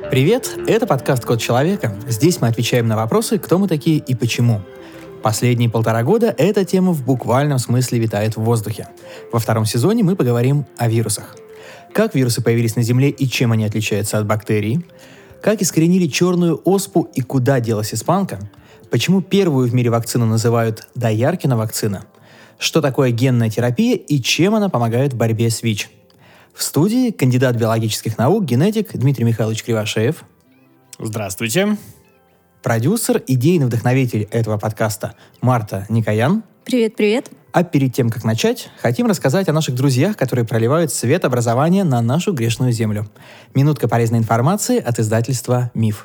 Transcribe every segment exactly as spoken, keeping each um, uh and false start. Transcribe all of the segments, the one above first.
Привет, это подкаст «Код человека». Здесь мы отвечаем на вопросы, кто мы такие и почему. Последние полтора года эта тема в буквальном смысле витает в воздухе. Во втором сезоне мы поговорим о вирусах. Как вирусы появились на Земле и чем они отличаются от бактерий? Как искоренили черную оспу и куда делась испанка? Почему первую в мире вакцину называют «Дояркина вакцина»? Что такое генная терапия и чем она помогает в борьбе с ВИЧ? В студии кандидат биологических наук, генетик Дмитрий Михайлович Кривошеев. Здравствуйте. Продюсер, идейный вдохновитель этого подкаста Марта Никоян. Привет-привет. А перед тем, как начать, хотим рассказать о наших друзьях, которые проливают свет образования на нашу грешную землю. Минутка полезной информации от издательства «Миф».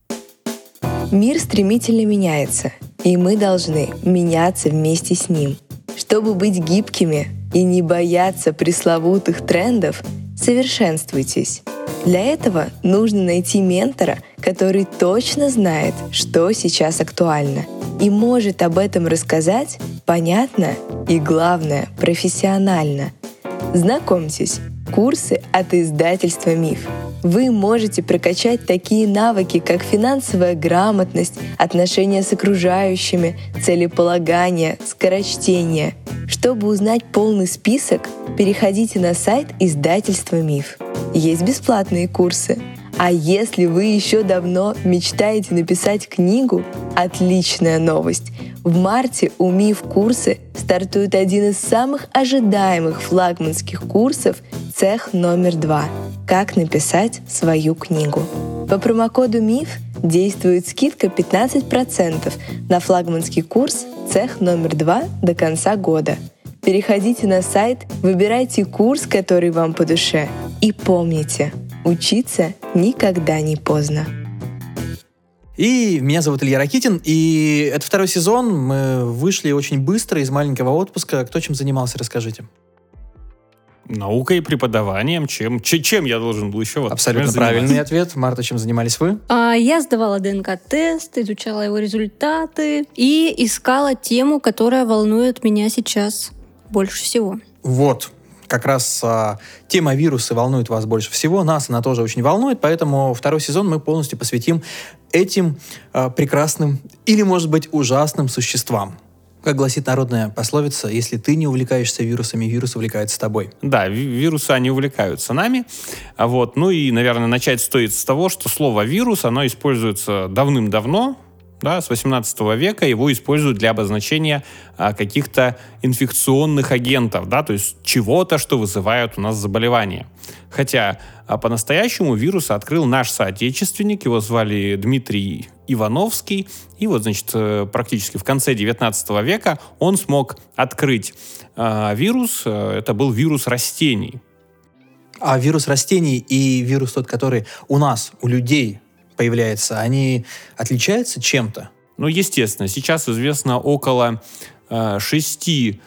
Мир стремительно меняется, и мы должны меняться вместе с ним. Чтобы быть гибкими и не бояться пресловутых трендов, совершенствуйтесь. Для этого нужно найти ментора, который точно знает, что сейчас актуально, и может об этом рассказать понятно и, главное, профессионально. Знакомьтесь, курсы от издательства «Миф». Вы можете прокачать такие навыки, как финансовая грамотность, отношения с окружающими, целеполагание, скорочтение. Чтобы узнать полный список, переходите на сайт издательства «Миф». Есть бесплатные курсы. А если вы еще давно мечтаете написать книгу, отличная новость! В марте у МИФ курсы стартует один из самых ожидаемых флагманских курсов «Цех номер два. Как написать свою книгу». По промокоду МИФ действует скидка пятнадцать процентов на флагманский курс «Цех номер два» до конца года. Переходите на сайт, выбирайте курс, который вам по душе, и помните, учиться никогда не поздно. И меня зовут Илья Ракитин, и это второй сезон. Мы вышли очень быстро из маленького отпуска. Кто чем занимался, расскажите. Наукой и преподаванием. Чем, чем, чем я должен был еще? Вот, Абсолютно правильный ответ. Марта, чем занимались вы? А, я сдавала ДНК-тест, изучала его результаты и искала тему, которая волнует меня сейчас больше всего. Вот. Как раз а, тема вирусы волнует вас больше всего, нас она тоже очень волнует, поэтому второй сезон мы полностью посвятим этим а, прекрасным или, может быть, ужасным существам. Как гласит народная пословица, если ты не увлекаешься вирусами, вирус увлекается тобой. Да, ви- вирусы, они увлекаются нами. А вот, ну и, наверное, начать стоит с того, что слово «вирус», оно используется давным-давно. Да, с восемнадцатого века его используют для обозначения а, каких-то инфекционных агентов, да, то есть чего-то, что вызывает у нас заболевание. Хотя а, по-настоящему вирус открыл наш соотечественник, его звали Дмитрий Ивановский, и вот, значит, практически в конце девятнадцатого века он смог открыть а, вирус, это был вирус растений. А вирус растений и вирус тот, который у нас, у людей появляется, они отличаются чем-то? Ну, естественно, сейчас известно около э, шести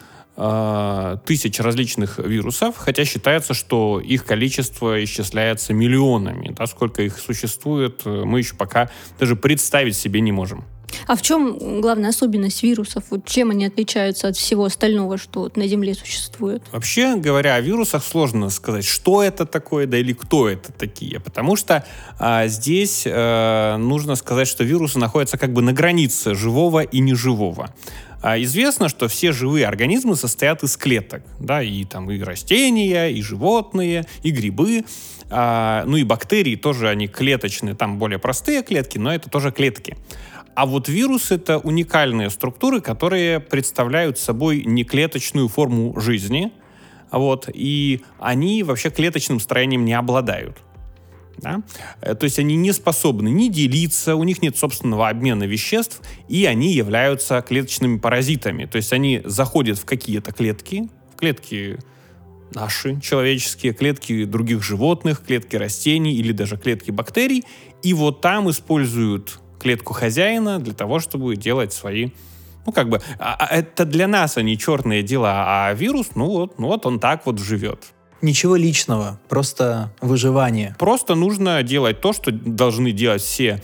э, тысяч различных вирусов, хотя считается, что их количество исчисляется миллионами. Да, сколько их существует, мы еще пока даже представить себе не можем. А в чем главная особенность вирусов? Вот чем они отличаются от всего остального, что вот на Земле существует? Вообще говоря о вирусах, сложно сказать, что это такое, да или кто это такие. Потому что а, здесь а, нужно сказать, что вирусы находятся как бы на границе живого и неживого. А, известно, что все живые организмы состоят из клеток. Да, и, там, и растения, и животные, и грибы. А, ну и бактерии тоже, они клеточные. Там более простые клетки, но это тоже клетки. А вот вирус — это уникальные структуры, которые представляют собой неклеточную форму жизни, вот, и они вообще клеточным строением не обладают. Да? То есть они не способны ни делиться, у них нет собственного обмена веществ, и они являются клеточными паразитами. То есть они заходят в какие-то клетки, в клетки наши, человеческие, клетки других животных, клетки растений или даже клетки бактерий, и вот там используют клетку хозяина для того, чтобы делать свои... Ну, как бы, а, а это для нас они черные дела, а вирус, ну вот, ну вот он так вот живет. Ничего личного, просто выживание. Просто нужно делать то, что должны делать все,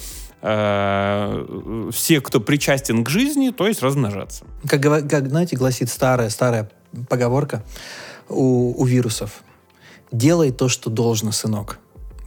э, все, кто причастен к жизни, то есть размножаться. Как, как знаете, гласит старая-старая поговорка у, у вирусов. «Делай то, что должно, сынок».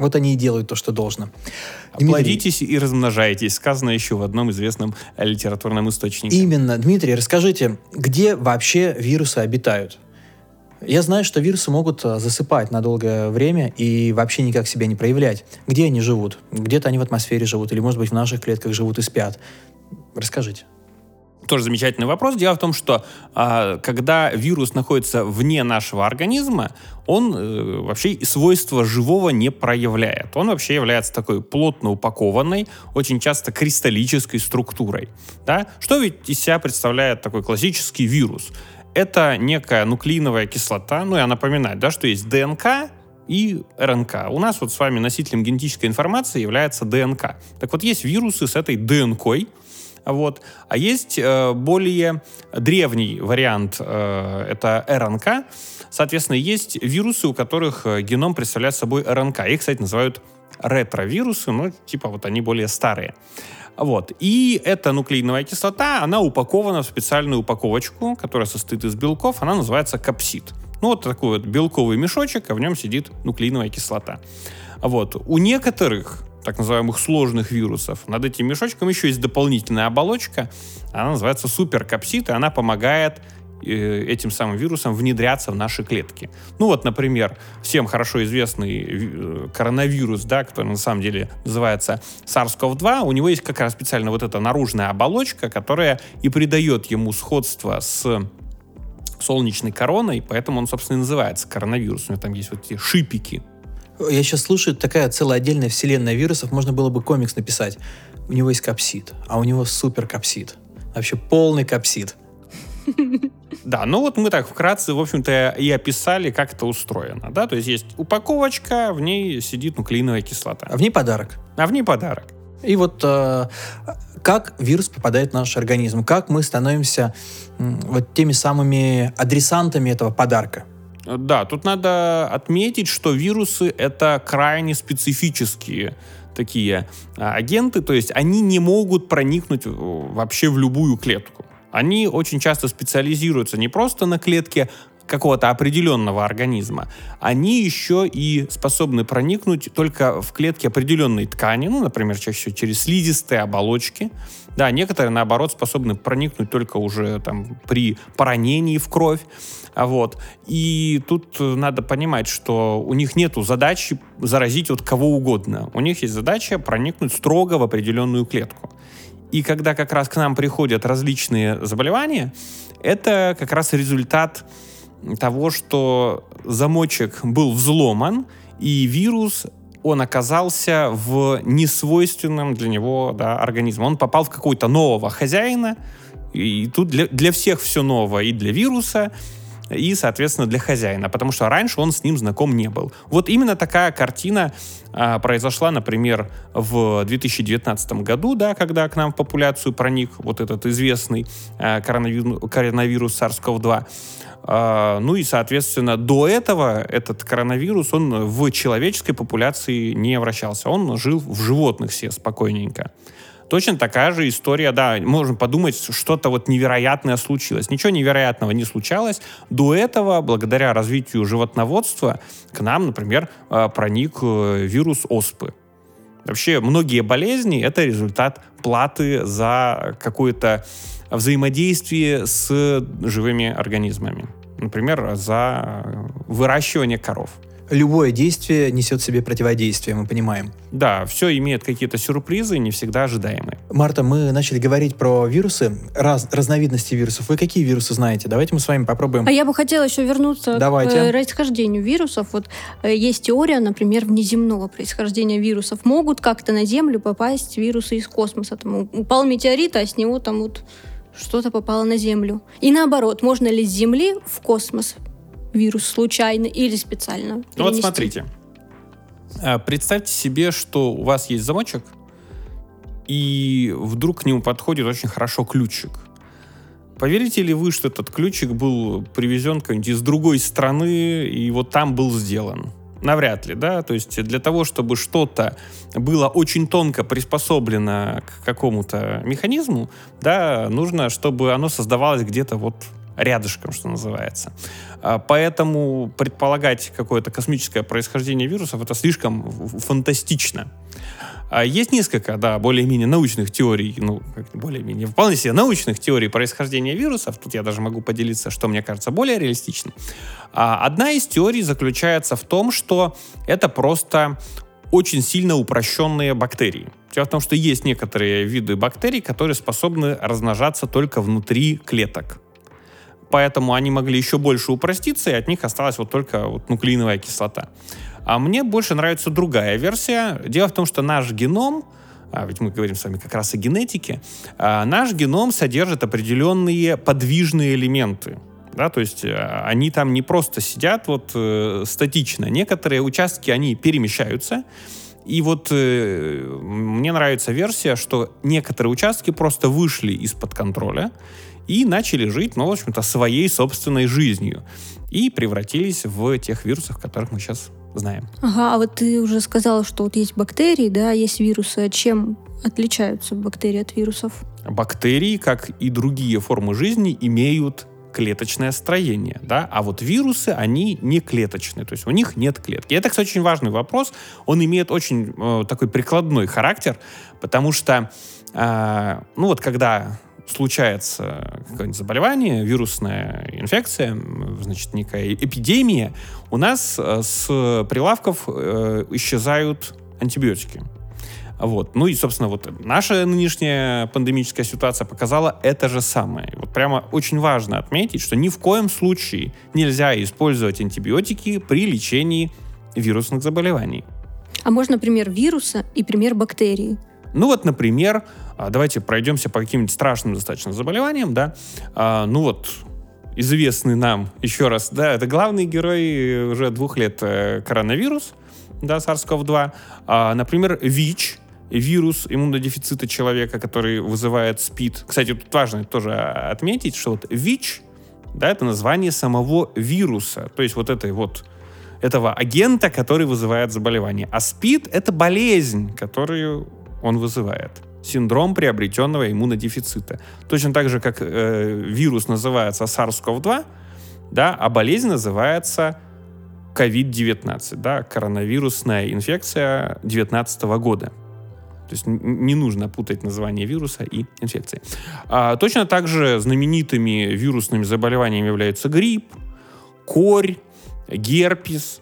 Вот они и делают то, что должно. Дмитрий, Плодитесь и размножайтесь, сказано еще в одном известном литературном источнике. именно. Дмитрий, расскажите, где вообще вирусы обитают? Я знаю, что вирусы могут засыпать на долгое время и вообще никак себя не проявлять. Где они живут? Где-то они в атмосфере живут, или, может быть, в наших клетках живут и спят. Расскажите. Тоже замечательный вопрос. Дело в том, что а, когда вирус находится вне нашего организма, он э, вообще свойства живого не проявляет. Он вообще является такой плотно упакованной, очень часто кристаллической структурой. Да? Что ведь из себя представляет такой классический вирус? Это некая нуклеиновая кислота, ну я напоминаю, да, что есть ДНК и РНК. У нас вот с вами носителем генетической информации является ДНК. Так вот, есть вирусы с этой ДНКой. Вот. А есть э, более древний вариант, э, это РНК. Соответственно, есть вирусы, у которых геном представляет собой РНК. Их, кстати, называют ретровирусы, но типа вот они более старые. Вот. И эта нуклеиновая кислота, она упакована в специальную упаковочку, которая состоит из белков, она называется капсид. Ну, вот такой вот белковый мешочек, а в нем сидит нуклеиновая кислота. Вот. У некоторых так называемых сложных вирусов, над этим мешочком еще есть дополнительная оболочка, она называется суперкапсид, и она помогает э, этим самым вирусам внедряться в наши клетки. Ну вот, например, всем хорошо известный э, коронавирус, да, который на самом деле называется сарс ков два, у него есть как раз специально вот эта наружная оболочка, которая и придает ему сходство с солнечной короной, поэтому он, собственно, и называется коронавирус. У него там есть вот эти шипики. Я сейчас слушаю, такая целая отдельная вселенная вирусов, можно было бы комикс написать. У него есть капсид, а у него суперкапсид. Вообще полный капсид. Да, ну вот мы так вкратце, в общем-то, и описали, как это устроено. Да? То есть есть упаковочка, в ней сидит нуклеиновая кислота. А в ней подарок. А в ней подарок. И вот э, как вирус попадает в наш организм, как мы становимся м, вот теми самыми адресантами этого подарка. Да, тут надо отметить, что вирусы — это крайне специфические такие а, агенты, то есть они не могут проникнуть вообще в любую клетку. Они очень часто специализируются не просто на клетке какого-то определенного организма, они еще и способны проникнуть только в клетки определенной ткани, ну, например, чаще всего через слизистые оболочки. Да, некоторые, наоборот, способны проникнуть только уже там при поранении в кровь. Вот. И тут надо понимать, что у них нету задачи заразить вот кого угодно. У них есть задача проникнуть строго в определенную клетку. И когда как раз к нам приходят различные заболевания, это как раз результат того, что замочек был взломан, и вирус, он оказался в несвойственном для него, да, организме. Он попал в какого-то нового хозяина, и тут для, для всех все новое, и для вируса, и, соответственно, для хозяина, потому что раньше он с ним знаком не был. Вот именно такая картина а, произошла, например, в две тысячи девятнадцатом году, да, когда к нам в популяцию проник вот этот известный а, коронавирус, коронавирус сарс ков два. А, ну и, соответственно, до этого этот коронавирус, он в человеческой популяции не вращался. Он жил в животных себе спокойненько. Точно такая же история, да, можем подумать, что-то вот невероятное случилось. Ничего невероятного не случалось. До этого, благодаря развитию животноводства, к нам, например, проник вирус оспы. Вообще, многие болезни — это результат платы за какое-то взаимодействие с живыми организмами. Например, за выращивание коров. Любое действие несет в себе противодействие, мы понимаем. Да, все имеет какие-то сюрпризы, не всегда ожидаемые. Марта, мы начали говорить про вирусы, раз, разновидности вирусов. Вы какие вирусы знаете? Давайте мы с вами попробуем. А я бы хотела еще вернуться Давайте. к происхождению вирусов. Вот э, есть теория, например, внеземного происхождения вирусов. Могут как-то на Землю попасть вирусы из космоса. Там упал метеорит, а с него там вот что-то попало на Землю. И наоборот, можно ли с Земли в космос вирус случайно или специально перенести? Ну вот смотрите. Представьте себе, что у вас есть замочек, и вдруг к нему подходит очень хорошо ключик. Поверите ли вы, что этот ключик был привезен как-нибудь из другой страны, и вот там был сделан? Навряд ли, да? То есть для того, чтобы что-то было очень тонко приспособлено к какому-то механизму, да, нужно, чтобы оно создавалось где-то вот рядышком, что называется. Поэтому предполагать какое-то космическое происхождение вирусов — это слишком фантастично. Есть несколько, да, более-менее научных теорий, ну, более-менее, вполне себе научных теорий происхождения вирусов. Тут я даже могу поделиться, что мне кажется более реалистичным. Одна из теорий заключается в том, что это просто очень сильно упрощенные бактерии. Дело в том, что есть некоторые виды бактерий, которые способны размножаться только внутри клеток. Поэтому они могли еще больше упроститься, и от них осталась вот только вот нуклеиновая кислота. А мне больше нравится другая версия. Дело в том, что наш геном, а ведь мы говорим с вами как раз о генетике, а наш геном содержит определенные подвижные элементы. Да, то есть они там не просто сидят вот э, статично. Некоторые участки, они перемещаются. И вот э, мне нравится версия, что некоторые участки просто вышли из-под контроля и начали жить, ну, в общем-то, своей собственной жизнью. И превратились в тех вирусов, которых мы сейчас знаем. Ага, а вот ты уже сказала, что вот есть бактерии, да, есть вирусы. Чем отличаются бактерии от вирусов? Бактерии, как и другие формы жизни, имеют клеточное строение, да, а вот вирусы, они не клеточные, то есть у них нет клетки. И это, кстати, очень важный вопрос, он имеет очень э, такой прикладной характер, потому что, э, ну вот когда случается какое-нибудь заболевание, вирусная инфекция, значит, некая эпидемия, у нас э, с прилавков э, исчезают антибиотики. Вот. Ну и, собственно, вот наша нынешняя пандемическая ситуация показала это же самое. И вот прямо очень важно отметить, что ни в коем случае нельзя использовать антибиотики при лечении вирусных заболеваний. А можно пример вируса и пример бактерии? Ну вот, например, давайте пройдемся по каким-нибудь страшным достаточно заболеваниям, да. А, ну вот, известный нам, еще раз, да, это главный герой уже двух лет коронавирус, да, сарс ков два. А, например, ВИЧ, вирус иммунодефицита человека, который вызывает СПИД. Кстати, тут важно тоже отметить, что вот ВИЧ, да, это название самого вируса, то есть вот этой вот этого агента, который вызывает заболевание. А СПИД — это болезнь, которую он вызывает. Синдром приобретенного иммунодефицита. Точно так же, как э, вирус называется сарс ков два, да, а болезнь называется ковид девятнадцать, да, коронавирусная инфекция две тысячи девятнадцатого года. То есть не нужно путать название вируса и инфекции. А, точно так же знаменитыми вирусными заболеваниями являются грипп, корь, герпес,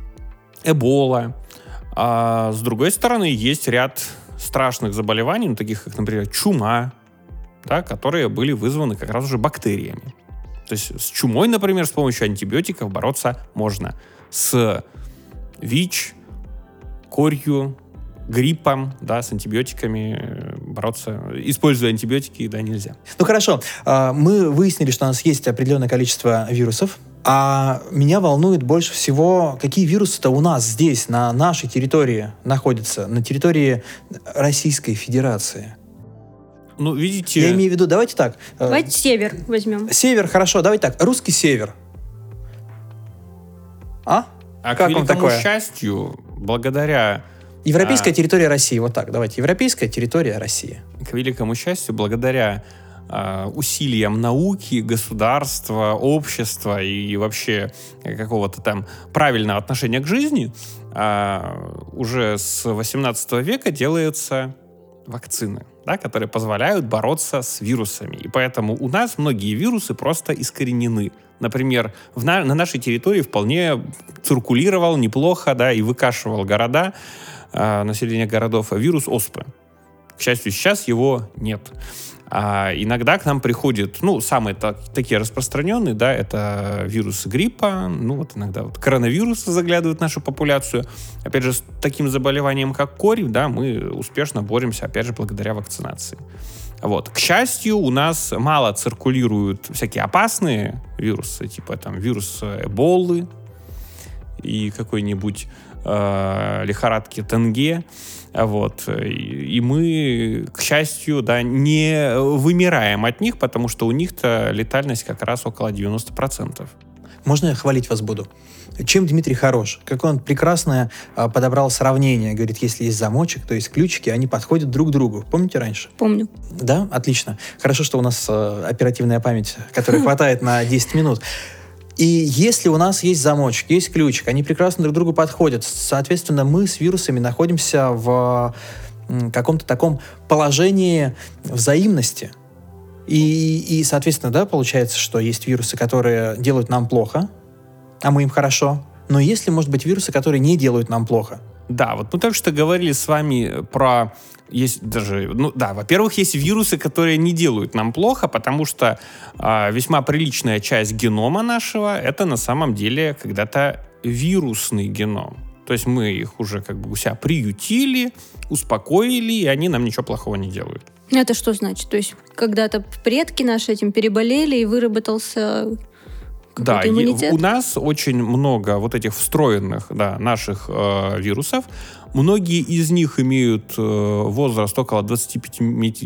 эбола. А с другой стороны, есть ряд страшных заболеваний, ну, таких как, например, чума, да, которые были вызваны как раз уже бактериями. То есть с чумой, например, с помощью антибиотиков бороться можно. С ВИЧ, корью, гриппом, да, с антибиотиками бороться, используя антибиотики, да, нельзя. Ну хорошо, мы выяснили, что у нас есть определенное количество вирусов, а меня волнует больше всего, какие вирусы-то у нас здесь, на нашей территории находятся, на территории Российской Федерации. Ну, видите... Я имею в виду, давайте так. Давайте север возьмем. Север, хорошо, давайте так. Русский север. А? А как к вам великому такое? счастью, благодаря... Европейская а... территория России, вот так, давайте. Европейская территория России. К великому счастью, благодаря а, усилиям науки, государства, общества и вообще какого-то там правильного отношения к жизни, а, уже с восемнадцатого века делаются вакцины, да, которые позволяют бороться с вирусами. И поэтому у нас многие вирусы просто искоренены. Например, в на, на нашей территории вполне циркулировал неплохо, да, и выкашивал города, э, население городов, вирус оспы. К счастью, сейчас его нет. А иногда к нам приходят, ну, самые так, такие распространенные, да, это вирусы гриппа, ну, вот иногда вот коронавирусы заглядывают в нашу популяцию. Опять же, с таким заболеванием, как корь, да, мы успешно боремся, опять же, благодаря вакцинации. Вот. К счастью, у нас мало циркулируют всякие опасные вирусы, типа там вирус эболы и какой-нибудь э, лихорадки Тенге. Вот. И, и мы, к счастью, да, не вымираем от них, потому что у них-то летальность как раз около девяносто процентов. Можно я хвалить вас буду? Чем Дмитрий хорош? Как он прекрасно а, подобрал сравнение. Говорит, если есть замочек, то есть ключики, они подходят друг к другу. Помните раньше? Помню. Да? Отлично. Хорошо, что у нас а, оперативная память, которой хватает на десять минут. И если у нас есть замочек, есть ключик, они прекрасно друг к другу подходят. Соответственно, мы с вирусами находимся в каком-то таком положении взаимности. И, и, соответственно, да, получается, что есть вирусы, которые делают нам плохо, а мы им хорошо. Но есть ли, может быть, вирусы, которые не делают нам плохо? Да, вот мы только что говорили с вами про... Есть даже, ну да, во-первых, есть вирусы, которые не делают нам плохо, потому что э, весьма приличная часть генома нашего — это на самом деле когда-то вирусный геном. То есть мы их уже как бы у себя приютили, успокоили, и они нам ничего плохого не делают. Это что значит? То есть когда-то предки наши этим переболели, и выработался какой-то да, иммунитет? У нас очень много вот этих встроенных, да, наших э, вирусов. Многие из них имеют э, возраст около двадцати пяти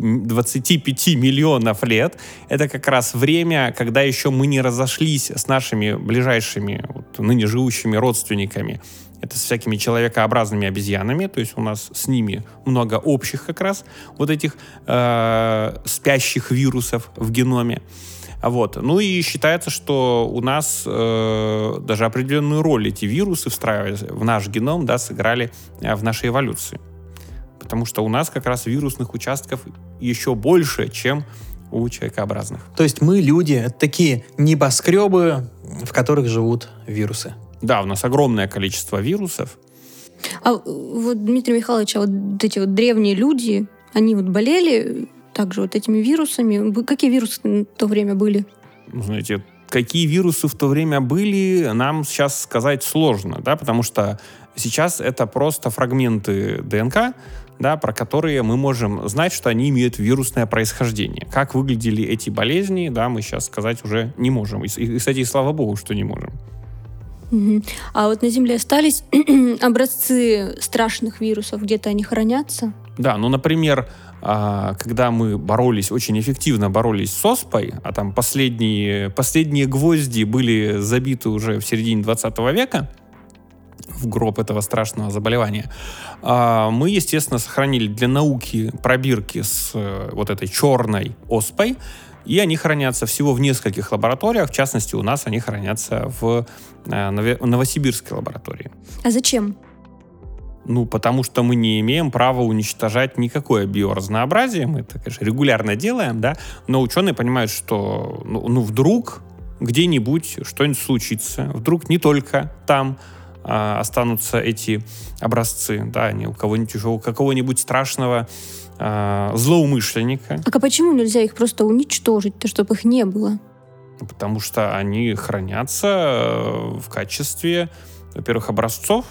миллионов лет. Это как раз время, когда еще мы не разошлись с нашими ближайшими, вот, ныне живущими родственниками. Это с всякими человекообразными обезьянами, то есть у нас с ними много общих как раз вот этих э, спящих вирусов в геноме. Вот. Ну и считается, что у нас э, даже определенную роль эти вирусы, встраиваясь в наш геном, да, сыграли э, в нашей эволюции. Потому что у нас как раз вирусных участков еще больше, чем у человекообразных. То есть мы, люди, это такие небоскребы, в которых живут вирусы. Да, у нас огромное количество вирусов. А вот, Дмитрий Михайлович, а вот эти вот древние люди, они вот болели также вот этими вирусами? Какие вирусы в то время были? Ну, знаете, какие вирусы в то время были, нам сейчас сказать сложно, да, потому что сейчас это просто фрагменты ДНК, да, про которые мы можем знать, что они имеют вирусное происхождение. Как выглядели эти болезни, да, мы сейчас сказать уже не можем. И, и кстати, и слава богу, что не можем. Угу. А вот на Земле остались образцы страшных вирусов, где-то они хранятся? Да, ну, например, когда мы боролись, очень эффективно боролись с оспой, а там последние, последние гвозди были забиты уже в середине двадцатого века в гроб этого страшного заболевания, мы, естественно, сохранили для науки пробирки с вот этой черной оспой, и они хранятся всего в нескольких лабораториях. В частности, у нас они хранятся в Новосибирской лаборатории. А зачем? Ну, потому что мы не имеем права уничтожать никакое биоразнообразие. Мы это, конечно, регулярно делаем, да, но ученые понимают, что ну, ну вдруг где-нибудь что-нибудь случится. Вдруг не только там а, останутся эти образцы, да, они у кого-нибудь уже, у какого-нибудь страшного а, злоумышленника. А почему нельзя их просто уничтожить-то, чтобы их не было? Потому что они хранятся в качестве, во-первых, образцов.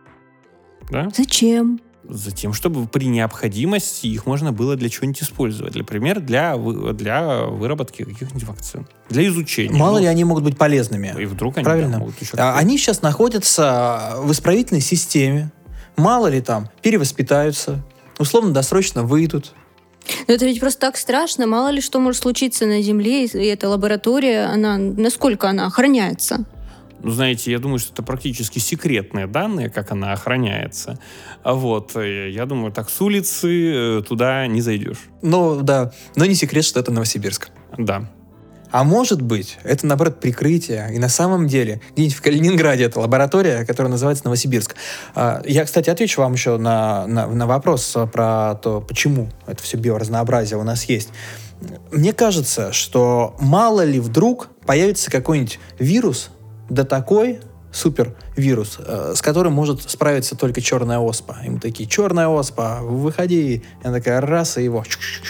Да? Зачем? Затем, чтобы при необходимости их можно было для чего-нибудь использовать. Например, для, для выработки каких-нибудь вакцин. Для изучения. Мало ну, ли они могут быть полезными. И вдруг они Правильно? Да, могут еще... А, они сейчас находятся в исправительной системе. Мало ли там, перевоспитаются, условно-досрочно выйдут. Но это ведь просто так страшно. Мало ли что может случиться на Земле. И эта лаборатория, она, насколько она охраняется? Ну, знаете, я думаю, что это практически секретные данные, как она охраняется. А вот, я думаю, так с улицы туда не зайдешь. Ну, да. Но не секрет, что это Новосибирск. Да. А может быть, это, наоборот, прикрытие. И на самом деле, где-нибудь в Калининграде это лаборатория, которая называется Новосибирск. Я, кстати, отвечу вам еще на, на, на вопрос про то, почему это все биоразнообразие у нас есть. Мне кажется, что мало ли вдруг появится какой-нибудь вирус, да такой супервирус, э, с которым может справиться только черная оспа. И мы такие, черная оспа, выходи. И она такая, раз, и его...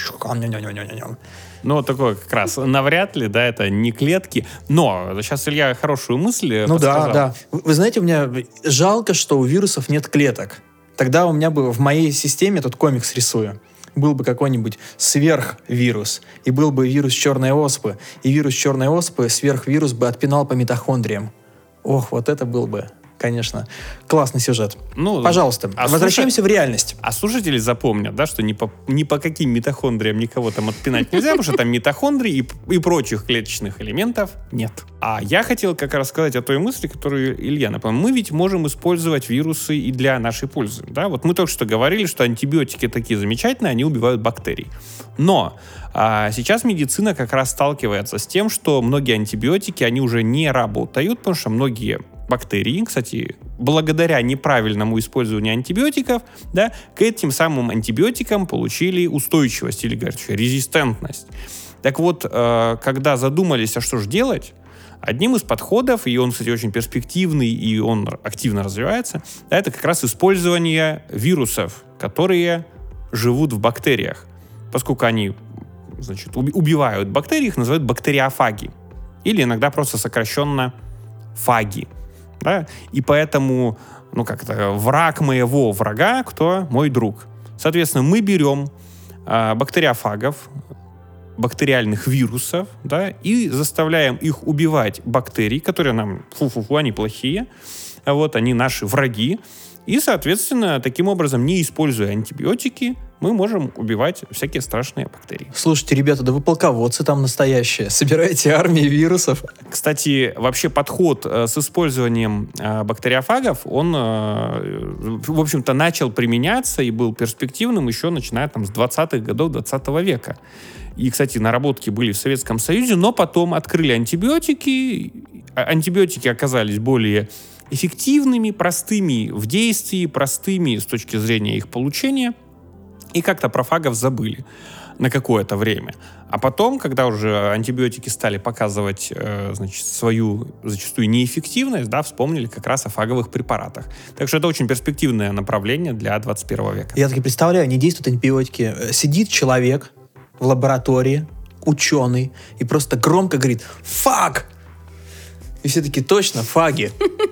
Ну, вот такое как раз навряд ли, да, это не клетки. Но сейчас Илья хорошую мысль Ну подсказал. да, да. Вы, вы знаете, у меня жалко, что у вирусов нет клеток. Тогда у меня бы в моей системе тут комикс рисую. Был бы какой-нибудь сверхвирус, и был бы вирус черной оспы, и вирус черной оспы сверхвирус бы отпинал по митохондриям. Ох, вот это был бы конечно. Классный сюжет. Ну, Пожалуйста, а возвращаемся слушай, в реальность. А слушатели запомнят, да, что ни по, ни по каким митохондриям никого там отпинать нельзя, потому что там митохондрий и, и прочих клеточных элементов нет. А я хотел как раз сказать о той мысли, которую Илья напомнил. Мы ведь можем использовать вирусы и для нашей пользы. Да? Вот мы только что говорили, что антибиотики такие замечательные, они убивают бактерий. Но а, сейчас медицина как раз сталкивается с тем, что многие антибиотики, они уже не работают, потому что многие бактерии, кстати, благодаря неправильному использованию антибиотиков, да, к этим самым антибиотикам получили устойчивость или, говорят, резистентность. Так вот, э, когда задумались, а что же делать, одним из подходов, и он, кстати, очень перспективный, и он активно развивается, да, это как раз использование вирусов, которые живут в бактериях. Поскольку они, значит, убивают бактерии, их называют бактериофаги. Или иногда просто сокращенно фаги. Да? И поэтому, ну как-то, враг моего врага, кто? Мой друг. Соответственно, мы берем э, бактериофагов, бактериальных вирусов, да, и заставляем их убивать бактерии, которые нам, фу-фу-фу, они плохие, а вот они наши враги. И, соответственно, таким образом, не используя антибиотики, мы можем убивать всякие страшные бактерии. Слушайте, ребята, да вы полководцы там настоящие. Собираете армии вирусов. Кстати, вообще подход э, с использованием э, бактериофагов, он, э, в общем-то, начал применяться и был перспективным еще начиная там, с двадцатых годов двадцатого века. И, кстати, наработки были в Советском Союзе, но потом открыли антибиотики. Антибиотики оказались более эффективными, простыми в действии, простыми с точки зрения их получения. И как-то про фагов забыли на какое-то время. А потом, когда уже антибиотики стали показывать э, значит, свою зачастую неэффективность, да, вспомнили как раз о фаговых препаратах. Так что это очень перспективное направление для двадцать первого века. Я таки представляю, не действуют антибиотики. Сидит человек в лаборатории, ученый, и просто громко говорит «фаг!». И все таки точно, фаги.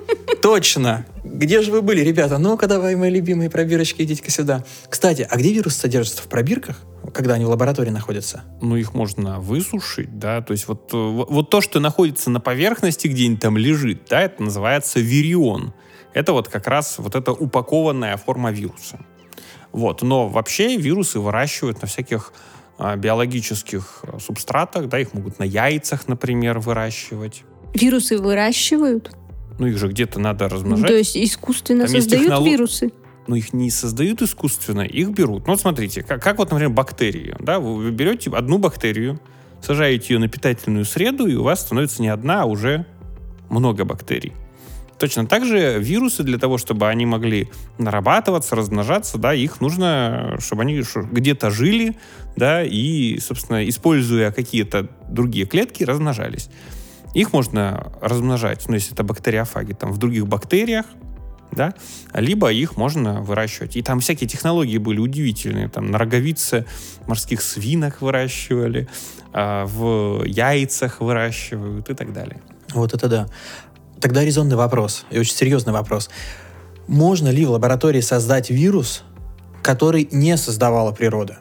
Точно. Где же вы были, ребята? Ну-ка давай, мои любимые пробирочки, идите-ка сюда. Кстати, а где вирусы содержатся? В пробирках? Когда они в лаборатории находятся? Ну, их можно высушить, да, то есть вот, вот то, что находится на поверхности, где-нибудь там лежит, да, это называется вирион. Это вот как раз вот эта упакованная форма вируса. Вот, но вообще вирусы выращивают на всяких а, биологических субстратах, да, их могут на яйцах, например, выращивать. Вирусы выращивают? Ну, их же где-то надо размножать. То есть искусственно Там создают технолог... вирусы? Ну, их не создают искусственно, их берут. Ну, вот смотрите, как, как вот, например, бактерии. Да? Вы берете одну бактерию, сажаете ее на питательную среду, и у вас становится не одна, а уже много бактерий. Точно так же вирусы, для того, чтобы они могли нарабатываться, размножаться, да, их нужно, чтобы они где-то жили, да, и, собственно, используя какие-то другие клетки, размножались. Их можно размножать, ну, если это бактериофаги, там, в других бактериях, да, либо их можно выращивать. И там всякие технологии были удивительные. Там на роговице морских свинок выращивали, э, в яйцах выращивают и так далее. Вот это да. Тогда резонный вопрос, и очень серьезный вопрос. Можно ли в лаборатории создать вирус, который не создавала природа?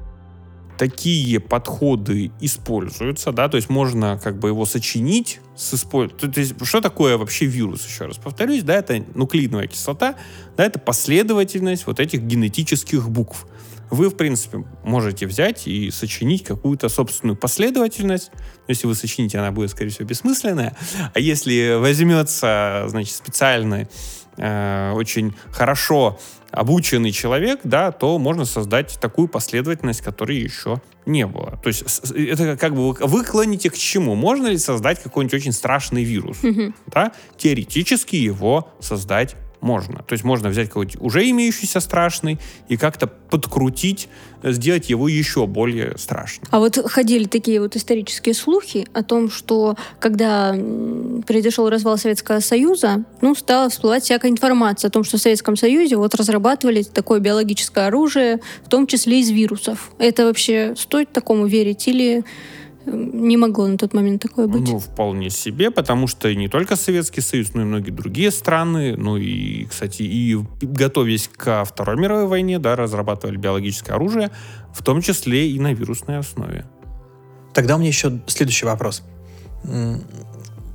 Такие подходы используются, да, то есть можно как бы его сочинить с использованием. То есть что такое вообще вирус, еще раз повторюсь, да, это нуклеиновая кислота, да, это последовательность вот этих генетических букв. Вы, в принципе, можете взять и сочинить какую-то собственную последовательность. Если вы сочините, она будет, скорее всего, бессмысленная. А если возьмется, значит, специальный, э, очень хорошо обученный человек, да, то можно создать такую последовательность, которой еще не было. То есть это как бы вы клоните к чему? Можно ли создать какой-нибудь очень страшный вирус? Mm-hmm. Да? Теоретически его создать можно. То есть можно взять какой-то уже имеющийся страшный и как-то подкрутить, сделать его еще более страшным. А вот ходили такие вот исторические слухи о том, что когда произошел развал Советского Союза, ну, стала всплывать всякая информация о том, что в Советском Союзе вот разрабатывали такое биологическое оружие, в том числе из вирусов. Это вообще стоит такому верить или не могло на тот момент такое быть? Ну, вполне себе, потому что не только Советский Союз, но и многие другие страны, ну и, кстати, и готовясь ко Второй мировой войне, да, разрабатывали биологическое оружие, в том числе и на вирусной основе. Тогда у меня еще следующий вопрос.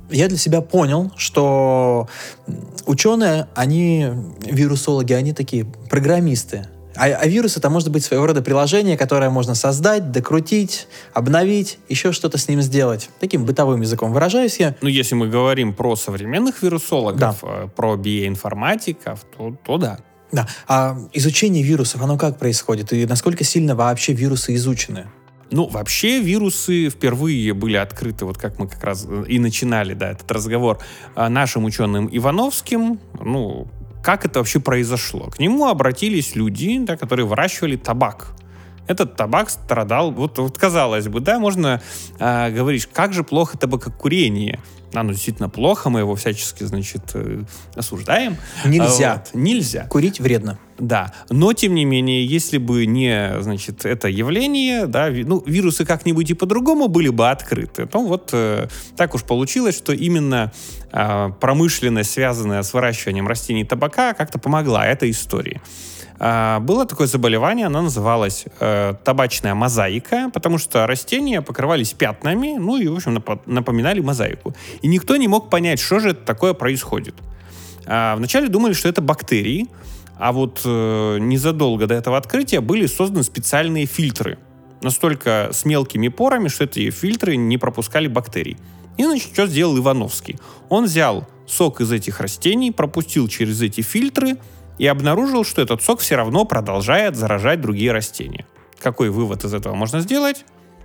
я для себя понял, что ученые, они, вирусологи, они такие программисты. А, а вирус — это может быть своего рода приложение, которое можно создать, докрутить, обновить, еще что-то с ним сделать. Таким бытовым языком выражаюсь я. Ну, если мы говорим про современных вирусологов, Да. про биоинформатиков, то, то да. Да. А изучение вирусов, оно как происходит? И насколько сильно вообще вирусы изучены? Ну, вообще вирусы впервые были открыты, вот как мы как раз и начинали, да, этот разговор, нашим ученым Ивановским. Ну, как это вообще произошло? К нему обратились люди, да, которые выращивали табак. Этот табак страдал, вот, вот казалось бы, да, можно э, говорить, как же плохо табакокурение. Оно действительно плохо, мы его всячески, значит, э, осуждаем. Нельзя. Вот, нельзя. Курить вредно. Да, но тем не менее, если бы не, значит, это явление, да, ви, ну, вирусы как-нибудь и по-другому были бы открыты, то вот э, так уж получилось, что именно э, промышленность, связанная с выращиванием растений табака, как-то помогла этой истории. Э, было такое заболевание, оно называлось э, табачная мозаика, потому что растения покрывались пятнами, ну и, в общем, нап- напоминали мозаику. И никто не мог понять, что же это такое происходит. Э, вначале думали, что это бактерии. А вот э, незадолго до этого открытия были созданы специальные фильтры. Настолько с мелкими порами, что эти фильтры не пропускали бактерий. И, значит, что сделал Ивановский? Он взял сок из этих растений, пропустил через эти фильтры и обнаружил, что этот сок все равно продолжает заражать другие растения. Какой вывод из этого можно сделать?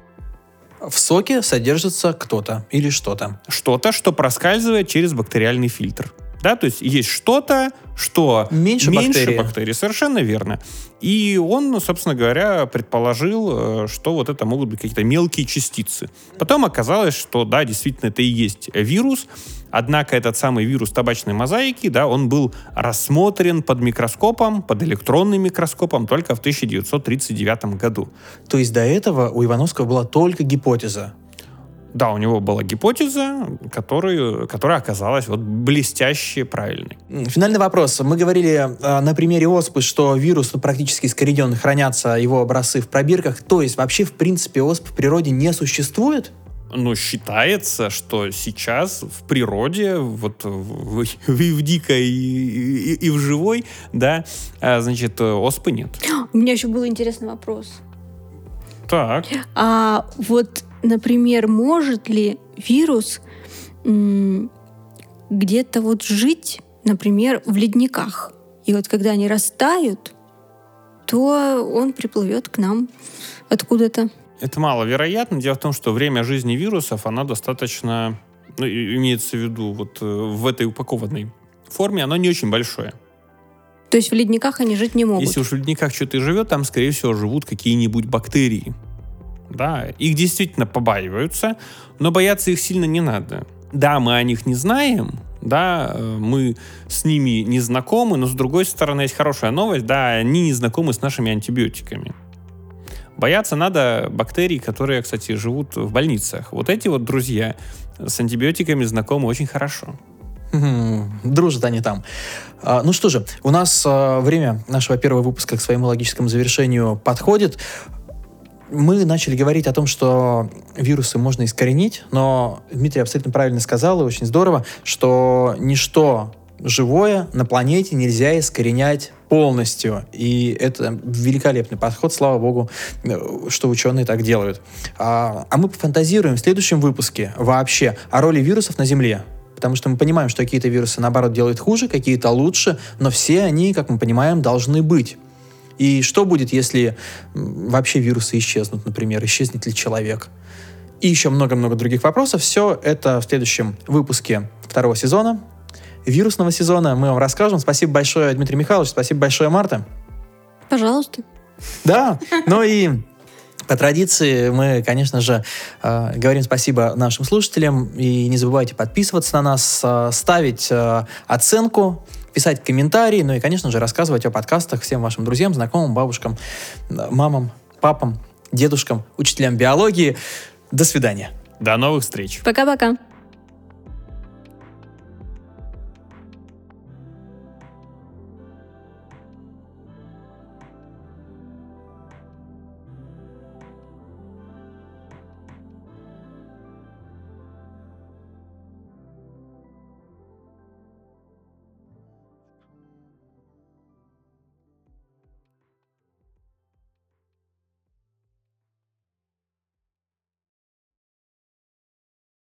В соке содержится кто-то или что-то. Что-то, что проскальзывает через бактериальный фильтр. Да, то есть есть что-то, что меньше, меньше бактерий. бактерий. Совершенно верно. И он, собственно говоря, предположил, что вот это могут быть какие-то мелкие частицы. Потом оказалось, что да, действительно, это и есть вирус. Однако этот самый вирус табачной мозаики, да, он был рассмотрен под микроскопом, под электронным микроскопом только в тысяча девятьсот тридцать девятом году. То есть до этого у Ивановского была только гипотеза. Да, у него была гипотеза, которую, которая оказалась вот блестяще правильной. Финальный вопрос. Мы говорили э, на примере оспы, что вирус ну, практически искоренен, хранятся его образцы в пробирках. То есть вообще, в принципе, оспы в природе не существует? Но считается, что сейчас в природе, вот в, в, в дикой и, и, и в живой, да, значит, оспы нет. У меня еще был интересный вопрос. Так. А вот, например, может ли вирус м- где-то вот жить, например, в ледниках? И вот когда они растают, то он приплывет к нам откуда-то. Это маловероятно. Дело в том, что время жизни вирусов, оно достаточно, ну, имеется в виду вот в этой упакованной форме, оно не очень большое. То есть в ледниках они жить не могут? Если уж в ледниках что-то и живет, там, скорее всего, живут какие-нибудь бактерии. Да, их действительно побаиваются, но бояться их сильно не надо. Да, мы о них не знаем, да, мы с ними не знакомы, но, с другой стороны, есть хорошая новость, да, они не знакомы с нашими антибиотиками. Бояться надо бактерий, которые, кстати, живут в больницах. Вот эти вот друзья с антибиотиками знакомы очень хорошо. Дружат они там. А, ну что же, у нас а, время нашего первого выпуска к своему логическому завершению подходит. Мы начали говорить о том, что вирусы можно искоренить, но Дмитрий абсолютно правильно сказал, и очень здорово, что ничто живое на планете нельзя искоренять полностью. И это великолепный подход, слава богу, что ученые так делают. А, а мы пофантазируем в следующем выпуске вообще о роли вирусов на Земле. Потому что мы понимаем, что какие-то вирусы, наоборот, делают хуже, какие-то лучше, но все они, как мы понимаем, должны быть. И что будет, если вообще вирусы исчезнут, например, исчезнет ли человек? И еще много-много других вопросов. Все это в следующем выпуске второго сезона, вирусного сезона. Мы вам расскажем. Спасибо большое, Дмитрий Михайлович. Спасибо большое, Марта. Пожалуйста. Да, ну и по традиции мы, конечно же, э, говорим спасибо нашим слушателям. И не забывайте подписываться на нас, э, ставить э, оценку, писать комментарии, ну и, конечно же, рассказывать о подкастах всем вашим друзьям, знакомым, бабушкам, мамам, папам, дедушкам, учителям биологии. До свидания. До новых встреч. Пока-пока.